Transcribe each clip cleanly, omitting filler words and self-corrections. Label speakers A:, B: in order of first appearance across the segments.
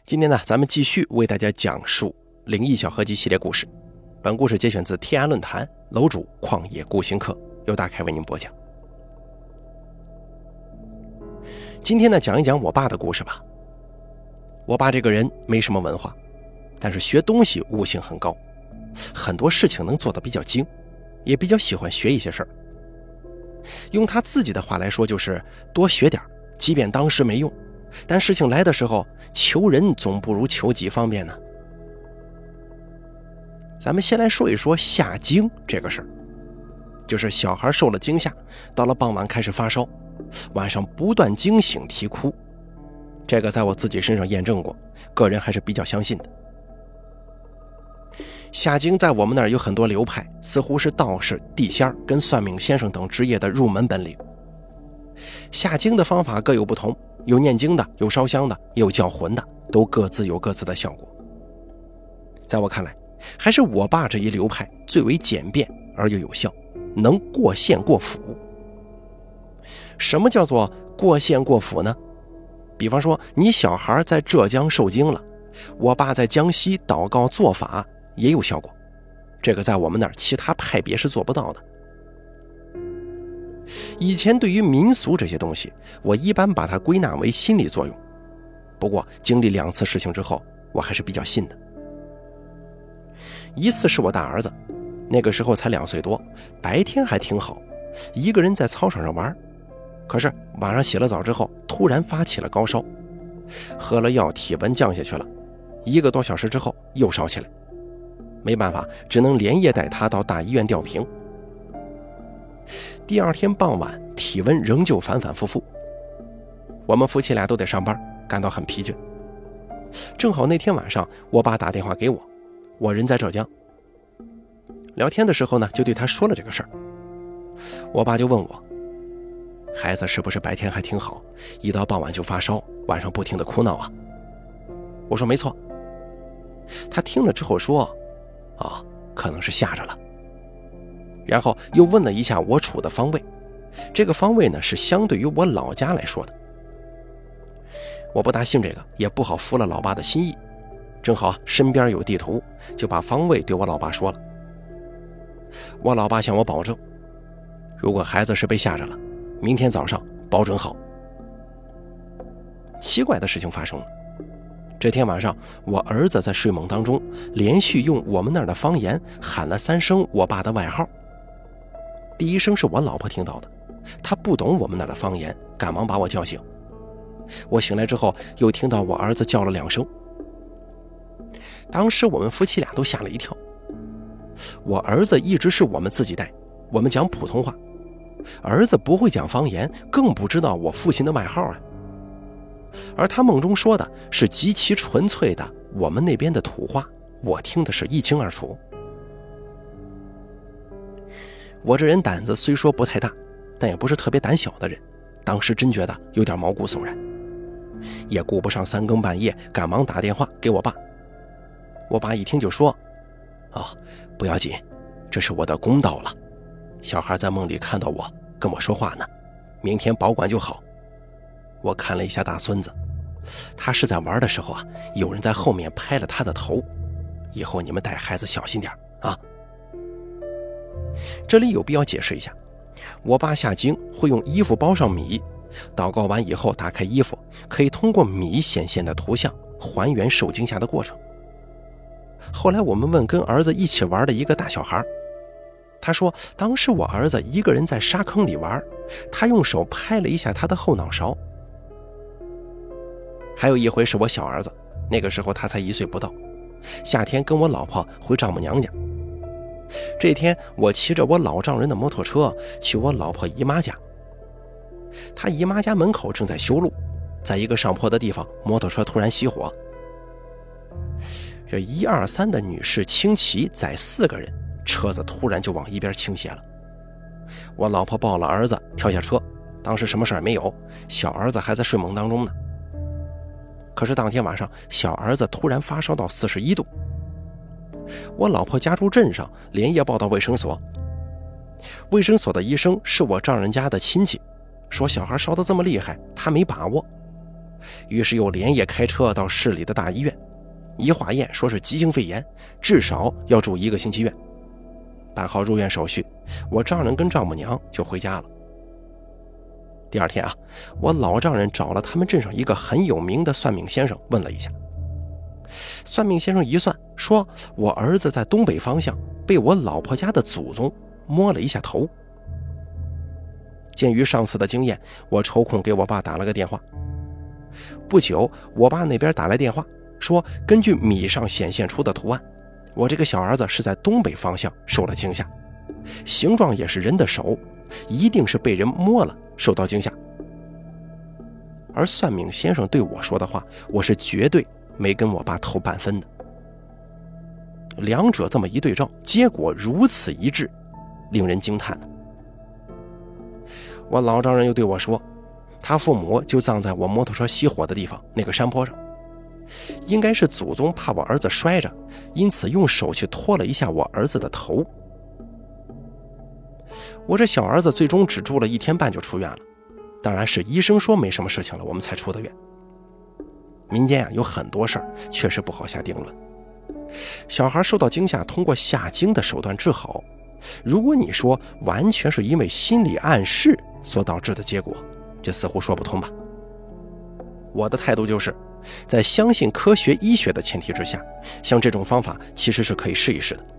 A: 今天呢，咱们继续为大家讲述灵异小合集系列故事。本故事节选自天涯论坛楼主旷野孤行客，由大开为您播讲。今天呢，讲一讲我爸的故事吧。我爸这个人没什么文化，但是学东西悟性很高，很多事情能做得比较精，也比较喜欢学一些事儿。用他自己的话来说，就是多学点，即便当时没用，但事情来的时候，求人总不如求己方便呢。咱们先来说一说吓惊这个事儿，就是小孩受了惊吓，到了傍晚开始发烧，晚上不断惊醒啼哭。这个在我自己身上验证过，个人还是比较相信的。吓惊在我们那儿有很多流派，似乎是道士、地仙儿跟算命先生等职业的入门本领。吓惊的方法各有不同，有念经的，有烧香的，也有叫魂的，都各自有各自的效果。在我看来，还是我爸这一流派最为简便而又有效，能过县过府。什么叫做过县过府呢？比方说你小孩在浙江受惊了，我爸在江西祷告做法也有效果，这个在我们那儿其他派别是做不到的。以前对于民俗这些东西，我一般把它归纳为心理作用，不过经历2次事情之后，我还是比较信的。一次是我大儿子，那个时候才2岁多，白天还挺好，一个人在操场上玩，可是晚上洗了澡之后突然发起了高烧，喝了药体温降下去了，1个多小时之后又烧起来，没办法，只能连夜带他到大医院吊瓶。第2天傍晚，体温仍旧反反复复，我们夫妻俩都得上班，感到很疲倦。正好那天晚上我爸打电话给我，我人在浙江，聊天的时候呢，就对他说了这个事儿。我爸就问我，孩子是不是白天还挺好，一到傍晚就发烧，晚上不停地哭闹啊？我说没错。他听了之后说，可能是吓着了。然后又问了一下我处的方位，这个方位呢是相对于我老家来说的。我不大信这个，也不好负了老爸的心意，正好身边有地图，就把方位对我老爸说了。我老爸向我保证，如果孩子是被吓着了，明天早上保准好。奇怪的事情发生了，这天晚上我儿子在睡梦当中连续用我们那儿的方言喊了3声我爸的外号。第1声是我老婆听到的，她不懂我们那儿的方言，赶忙把我叫醒。我醒来之后又听到我儿子叫了2声，当时我们夫妻俩都吓了一跳。我儿子一直是我们自己带，我们讲普通话，儿子不会讲方言，更不知道我父亲的外号啊。而他梦中说的是极其纯粹的我们那边的土话，我听的是一清二楚。我这人胆子虽说不太大，但也不是特别胆小的人，当时真觉得有点毛骨悚然，也顾不上3更半夜赶忙打电话给我爸。我爸一听就说，不要紧，这是我的公道了，小孩在梦里看到我跟我说话呢，明天保管就好。我看了一下大孙子，他是在玩的时候有人在后面拍了他的头，以后你们带孩子小心点啊。这里有必要解释一下，我爸下惊会用衣服包上米，祷告完以后打开衣服，可以通过米显现的图像还原受惊吓的过程。后来我们问跟儿子一起玩的一个大小孩，他说当时我儿子一个人在沙坑里玩，他用手拍了一下他的后脑勺。还有一回是我小儿子，那个时候他才1岁不到，夏天跟我老婆回丈母娘家。这天我骑着我老丈人的摩托车去我老婆姨妈家，她姨妈家门口正在修路，在一个上坡的地方，摩托车突然熄火，这1、2、3的女士轻骑载4个人，车子突然就往一边倾斜了。我老婆抱了儿子跳下车，当时什么事儿没有，小儿子还在睡梦当中呢。可是当天晚上小儿子突然发烧到41度，我老婆家住镇上，连夜报到卫生所。卫生所的医生是我丈人家的亲戚，说小孩烧得这么厉害，他没把握。 于是又连夜开车到市里的大医院，一化验说是急性肺炎，至少要住1个星期院。办好入院手续，我丈人跟丈母娘就回家了。第二天我老丈人找了他们镇上一个很有名的算命先生问了一下。算命先生一算，说我儿子在东北方向被我老婆家的祖宗摸了一下头。鉴于上次的经验，我抽空给我爸打了个电话。不久，我爸那边打来电话，说根据米上显现出的图案，我这个小儿子是在东北方向受了惊吓，形状也是人的手，一定是被人摸了受到惊吓。而算命先生对我说的话，我是绝对没跟我爸偷半分的。两者这么一对照，结果如此一致，令人惊叹。我老丈人又对我说，他父母就葬在我摩托车熄火的地方那个山坡上，应该是祖宗怕我儿子摔着，因此用手去托了一下我儿子的头。我这小儿子最终只住了1天半就出院了，当然是医生说没什么事情了，我们才出的院。民间有很多事儿确实不好下定论。小孩受到惊吓，通过下经的手段治好，如果你说完全是因为心理暗示所导致的结果，这似乎说不通吧。我的态度就是在相信科学医学的前提之下，像这种方法其实是可以试一试的。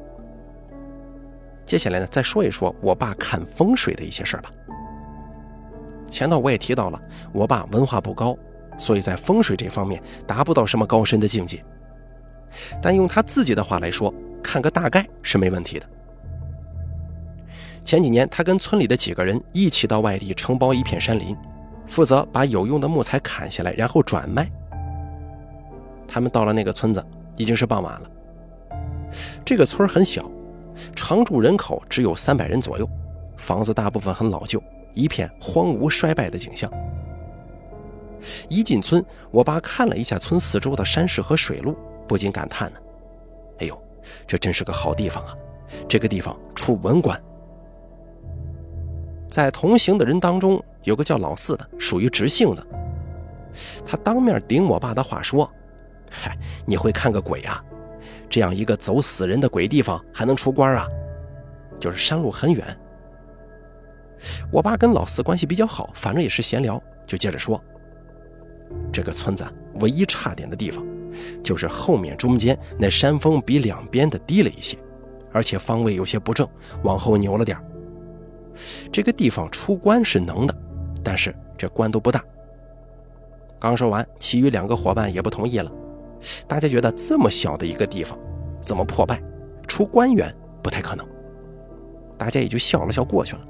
A: 接下来呢，再说一说我爸看风水的一些事儿吧。前头我也提到了，我爸文化不高，所以在风水这方面达不到什么高深的境界。但用他自己的话来说，看个大概是没问题的。前几年他跟村里的几个人一起到外地承包一片山林，负责把有用的木材砍下来然后转卖。他们到了那个村子已经是傍晚了。这个村很小，常住人口只有300人左右，房子大部分很老旧，一片荒芜衰败的景象。一进村，我爸看了一下村四周的山势和水路，不禁感叹呢，哎呦，这真是个好地方啊，这个地方出文官。在同行的人当中，有个叫老四的，属于直性子。他当面顶我爸的话说，嗨，你会看个鬼啊，这样一个走死人的鬼地方还能出官啊，就是山路很远。我爸跟老四关系比较好，反正也是闲聊，就接着说，这个村子唯一差点的地方就是后面中间那山峰比两边的低了一些，而且方位有些不正，往后扭了点。这个地方出官是能的，但是这官都不大。刚说完，其余2个伙伴也不同意了。大家觉得这么小的一个地方怎么破败，出官员不太可能，大家也就笑了笑过去了。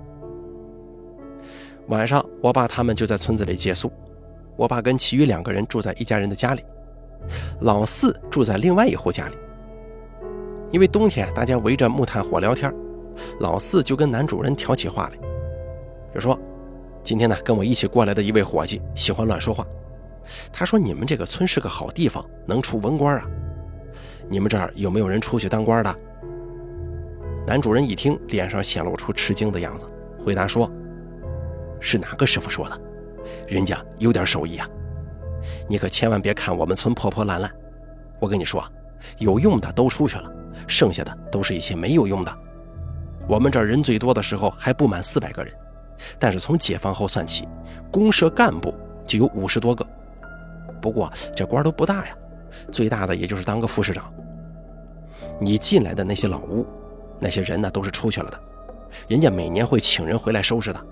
A: 晚上我爸他们就在村子里借宿，我爸跟其余2个人住在一家人的家里，老四住在另外一户家里。因为冬天大家围着木炭火聊天，老四就跟男主人挑起话来，就说今天呢跟我一起过来的一位伙计喜欢乱说话，他说你们这个村是个好地方，能出文官啊，你们这儿有没有人出去当官的？男主人一听，脸上显露出吃惊的样子，回答说，是哪个师傅说的？人家有点手艺啊，你可千万别看我们村破破烂烂，我跟你说，有用的都出去了，剩下的都是一些没有用的。我们这儿人最多的时候还不满400个人，但是从解放后算起，公社干部就有50多个，不过这官都不大呀，最大的也就是当个副市长。你进来的那些老屋，那些人呢都是出去了的，人家每年会请人回来收拾的。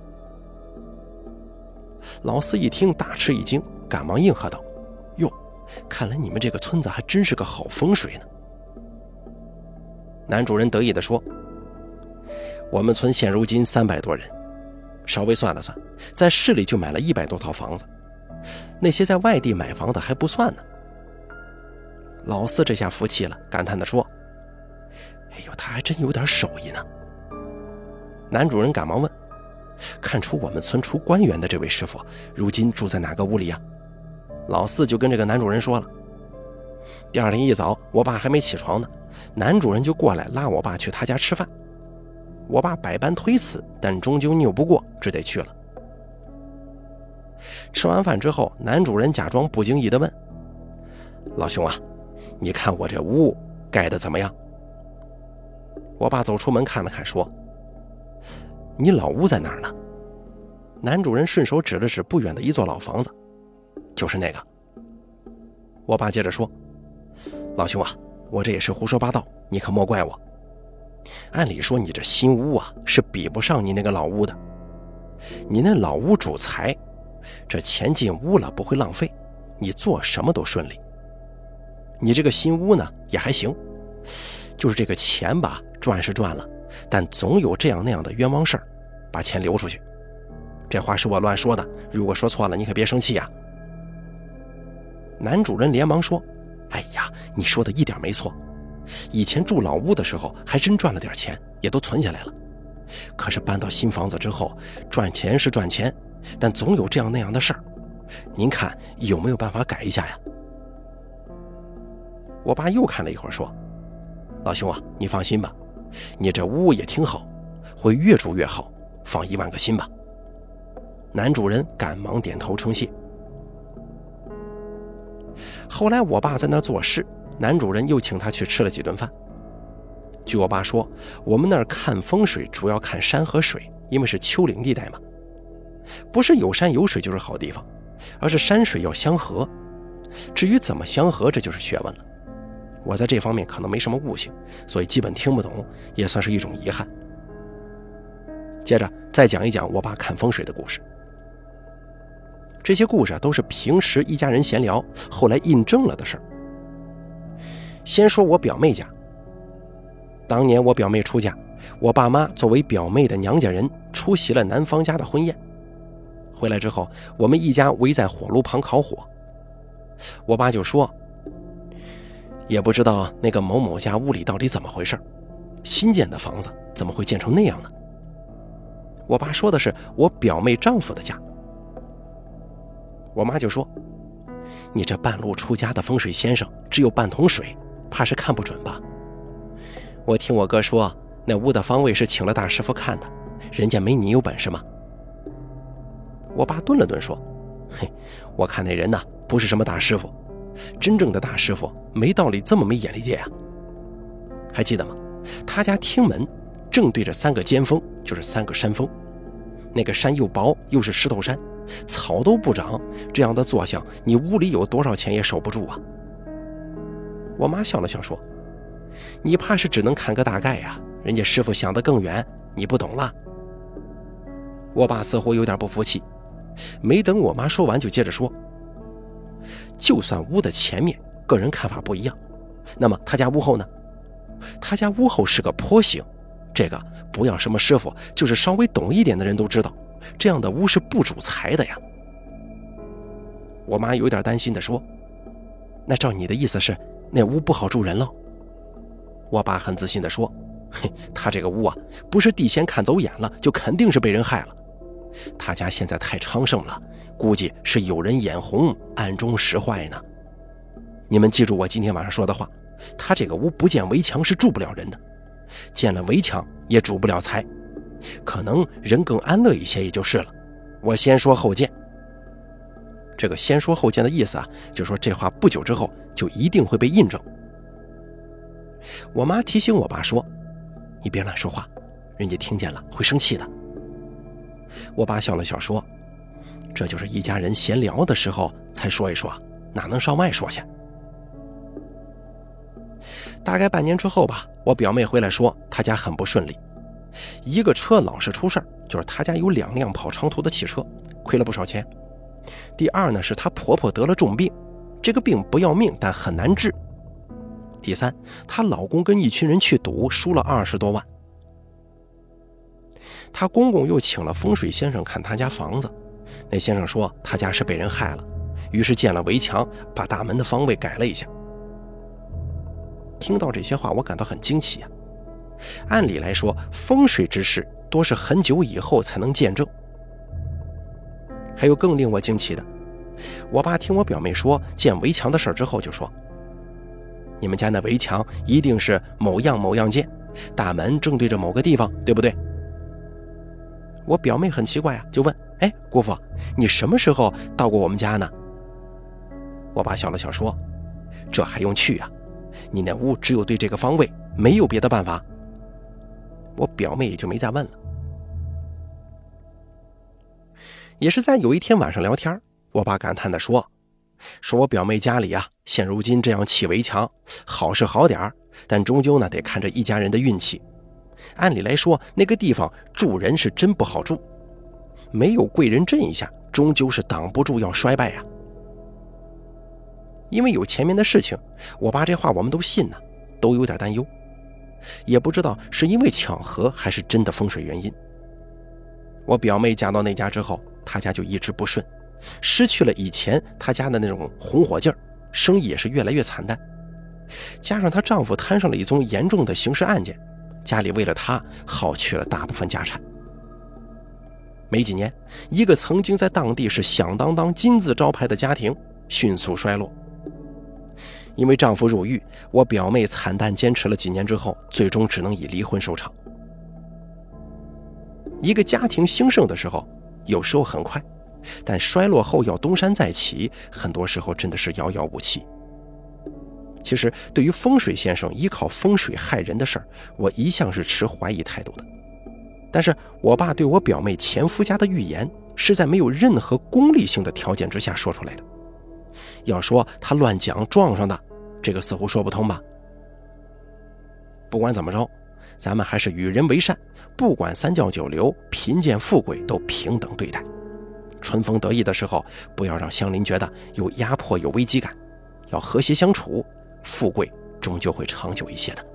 A: 老四一听大吃一惊，赶忙应和道，哟，看来你们这个村子还真是个好风水呢。男主人得意地说，我们村现如今300多人，稍微算了算，在市里就买了100多套房子，那些在外地买房的还不算呢。老四这下服气了，感叹地说，哎呦，他还真有点手艺呢。男主人赶忙问，看出我们村出官员的这位师傅如今住在哪个屋里啊？老四就跟这个男主人说了。第二天一早，我爸还没起床呢，男主人就过来拉我爸去他家吃饭。我爸百般推辞，但终究拗不过，只得去了。 吃完饭之后，男主人假装不经意地问：“老兄啊，你看我这屋盖得怎么样？”我爸走出门看了看，说：“你老屋在哪儿呢？”男主人顺手指了指不远的一座老房子：“就是那个。”我爸接着说：“老兄啊，我这也是胡说八道，你可莫怪我。按理说你这新屋啊，是比不上你那个老屋的。你那老屋主财，这钱进屋了不会浪费，你做什么都顺利。你这个新屋呢也还行，就是这个钱吧，赚是赚了，但总有这样那样的冤枉事儿，把钱流出去。这话是我乱说的，如果说错了你可别生气呀。”男主人连忙说：“哎呀，你说的一点没错，以前住老屋的时候还真赚了点钱，也都存下来了。可是搬到新房子之后，赚钱是赚钱，但总有这样那样的事儿，您看有没有办法改一下呀？”我爸又看了一会儿说：“老兄啊，你放心吧，你这屋也挺好，会越住越好，放10000个心吧。”男主人赶忙点头称谢。后来我爸在那做事，男主人又请他去吃了几顿饭。据我爸说，我们那儿看风水主要看山和水，因为是丘陵地带嘛，不是有山有水就是好地方，而是山水要相合。至于怎么相合，这就是学问了。我在这方面可能没什么悟性，所以基本听不懂，也算是一种遗憾。接着再讲一讲我爸看风水的故事。这些故事都是平时一家人闲聊，后来印证了的事儿。先说我表妹家。当年我表妹出嫁，我爸妈作为表妹的娘家人出席了男方家的婚宴。回来之后，我们一家围在火炉旁烤火。我爸就说：“也不知道那个某某家屋里到底怎么回事，新建的房子怎么会建成那样呢？”我爸说的是我表妹丈夫的家。我妈就说：“你这半路出家的风水先生，只有半桶水，怕是看不准吧？我听我哥说，那屋的方位是请了大师傅看的，人家没你有本事吗？”我爸顿了顿说：“嘿，我看那人呢，不是什么大师傅，真正的大师傅没道理这么没眼力见啊。还记得吗？他家厅门正对着3个尖峰，就是3个山峰，那个山又薄又是石头山，草都不长，这样的坐向，你屋里有多少钱也守不住啊。”我妈笑了笑说：“你怕是只能看个大概呀，人家师傅想得更远，你不懂了。”我爸似乎有点不服气，没等我妈说完就接着说：“就算屋的前面个人看法不一样，那么他家屋后呢？他家屋后是个坡形，这个不要什么师傅，就是稍微懂一点的人都知道，这样的屋是不主财的呀。”我妈有点担心地说：“那照你的意思是那屋不好住人了？”我爸很自信地说：“嘿，他这个屋啊，不是地仙看走眼了，就肯定是被人害了。他家现在太昌盛了，估计是有人眼红，暗中使坏呢。你们记住我今天晚上说的话，他这个屋不建围墙是住不了人的，建了围墙也主不了财，可能人更安乐一些也就是了。我先说后建。”这个先说后建的意思啊，就说这话不久之后就一定会被印证。我妈提醒我爸说：“你别乱说话，人家听见了会生气的。”我爸笑了笑说：“这就是一家人闲聊的时候才说一说，哪能上外说去？”大概半年之后吧，我表妹回来说她家很不顺利，一个车老是出事儿，就是她家有2辆跑长途的汽车，亏了不少钱。第二呢，是她婆婆得了重病，这个病不要命，但很难治。第三，她老公跟一群人去赌，输了20多万。她公公又请了风水先生看她家房子，那先生说她家是被人害了，于是建了围墙，把大门的方位改了一下。听到这些话，我感到很惊奇啊。按理来说，风水之事多是很久以后才能见证。还有更令我惊奇的，我爸听我表妹说建围墙的事之后就说：“你们家那围墙一定是某样某样建，大门正对着某个地方，对不对？”我表妹很奇怪啊，就问：“ 哎，姑父，你什么时候到过我们家呢？我爸笑了笑说，这还用去啊，你那屋只有对这个方位，没有别的办法。我表妹也就没再问了。也是在有一天晚上聊天，我爸感叹地说我表妹家里啊，现如今这样砌围墙，好是好点儿，但终究呢得看着一家人的运气。按理来说，那个地方住人是真不好住，没有贵人镇一下，终究是挡不住要衰败呀。因为有前面的事情，我爸这话我们都信呢，都有点担忧，也不知道是因为巧合还是真的风水原因。我表妹嫁到那家之后，她家就一直不顺，失去了以前她家的那种红火劲儿，生意也是越来越惨淡。加上她丈夫摊上了一宗严重的刑事案件，家里为了她耗去了大部分家产。没几年，一个曾经在当地是响当当金字招牌的家庭迅速衰落。因为丈夫入狱，我表妹惨淡坚持了几年之后，最终只能以离婚收场。一个家庭兴盛的时候，有时候很快，但衰落后要东山再起，很多时候真的是遥遥无期。其实对于风水先生依靠风水害人的事儿，我一向是持怀疑态度的。但是我爸对我表妹前夫家的预言，是在没有任何功利性的条件之下说出来的。要说他乱讲撞上的，这个似乎说不通吧。不管怎么着，咱们还是与人为善，不管三教九流，贫贱富贵都平等对待。春风得意的时候，不要让乡邻觉得有压迫有危机感，要和谐相处，富贵终究会长久一些的。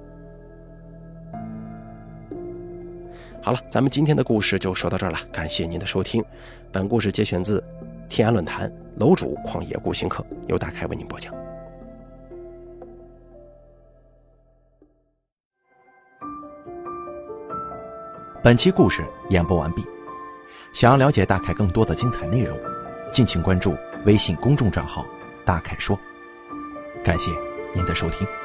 A: 好了，咱们今天的故事就说到这儿了，感谢您的收听。本故事节选自天涯论坛楼主旷野孤行客，由大开为您播讲。
B: 本期故事演播完毕。想要了解大凯更多的精彩内容，敬请关注微信公众账号大凯说。感谢您的收听。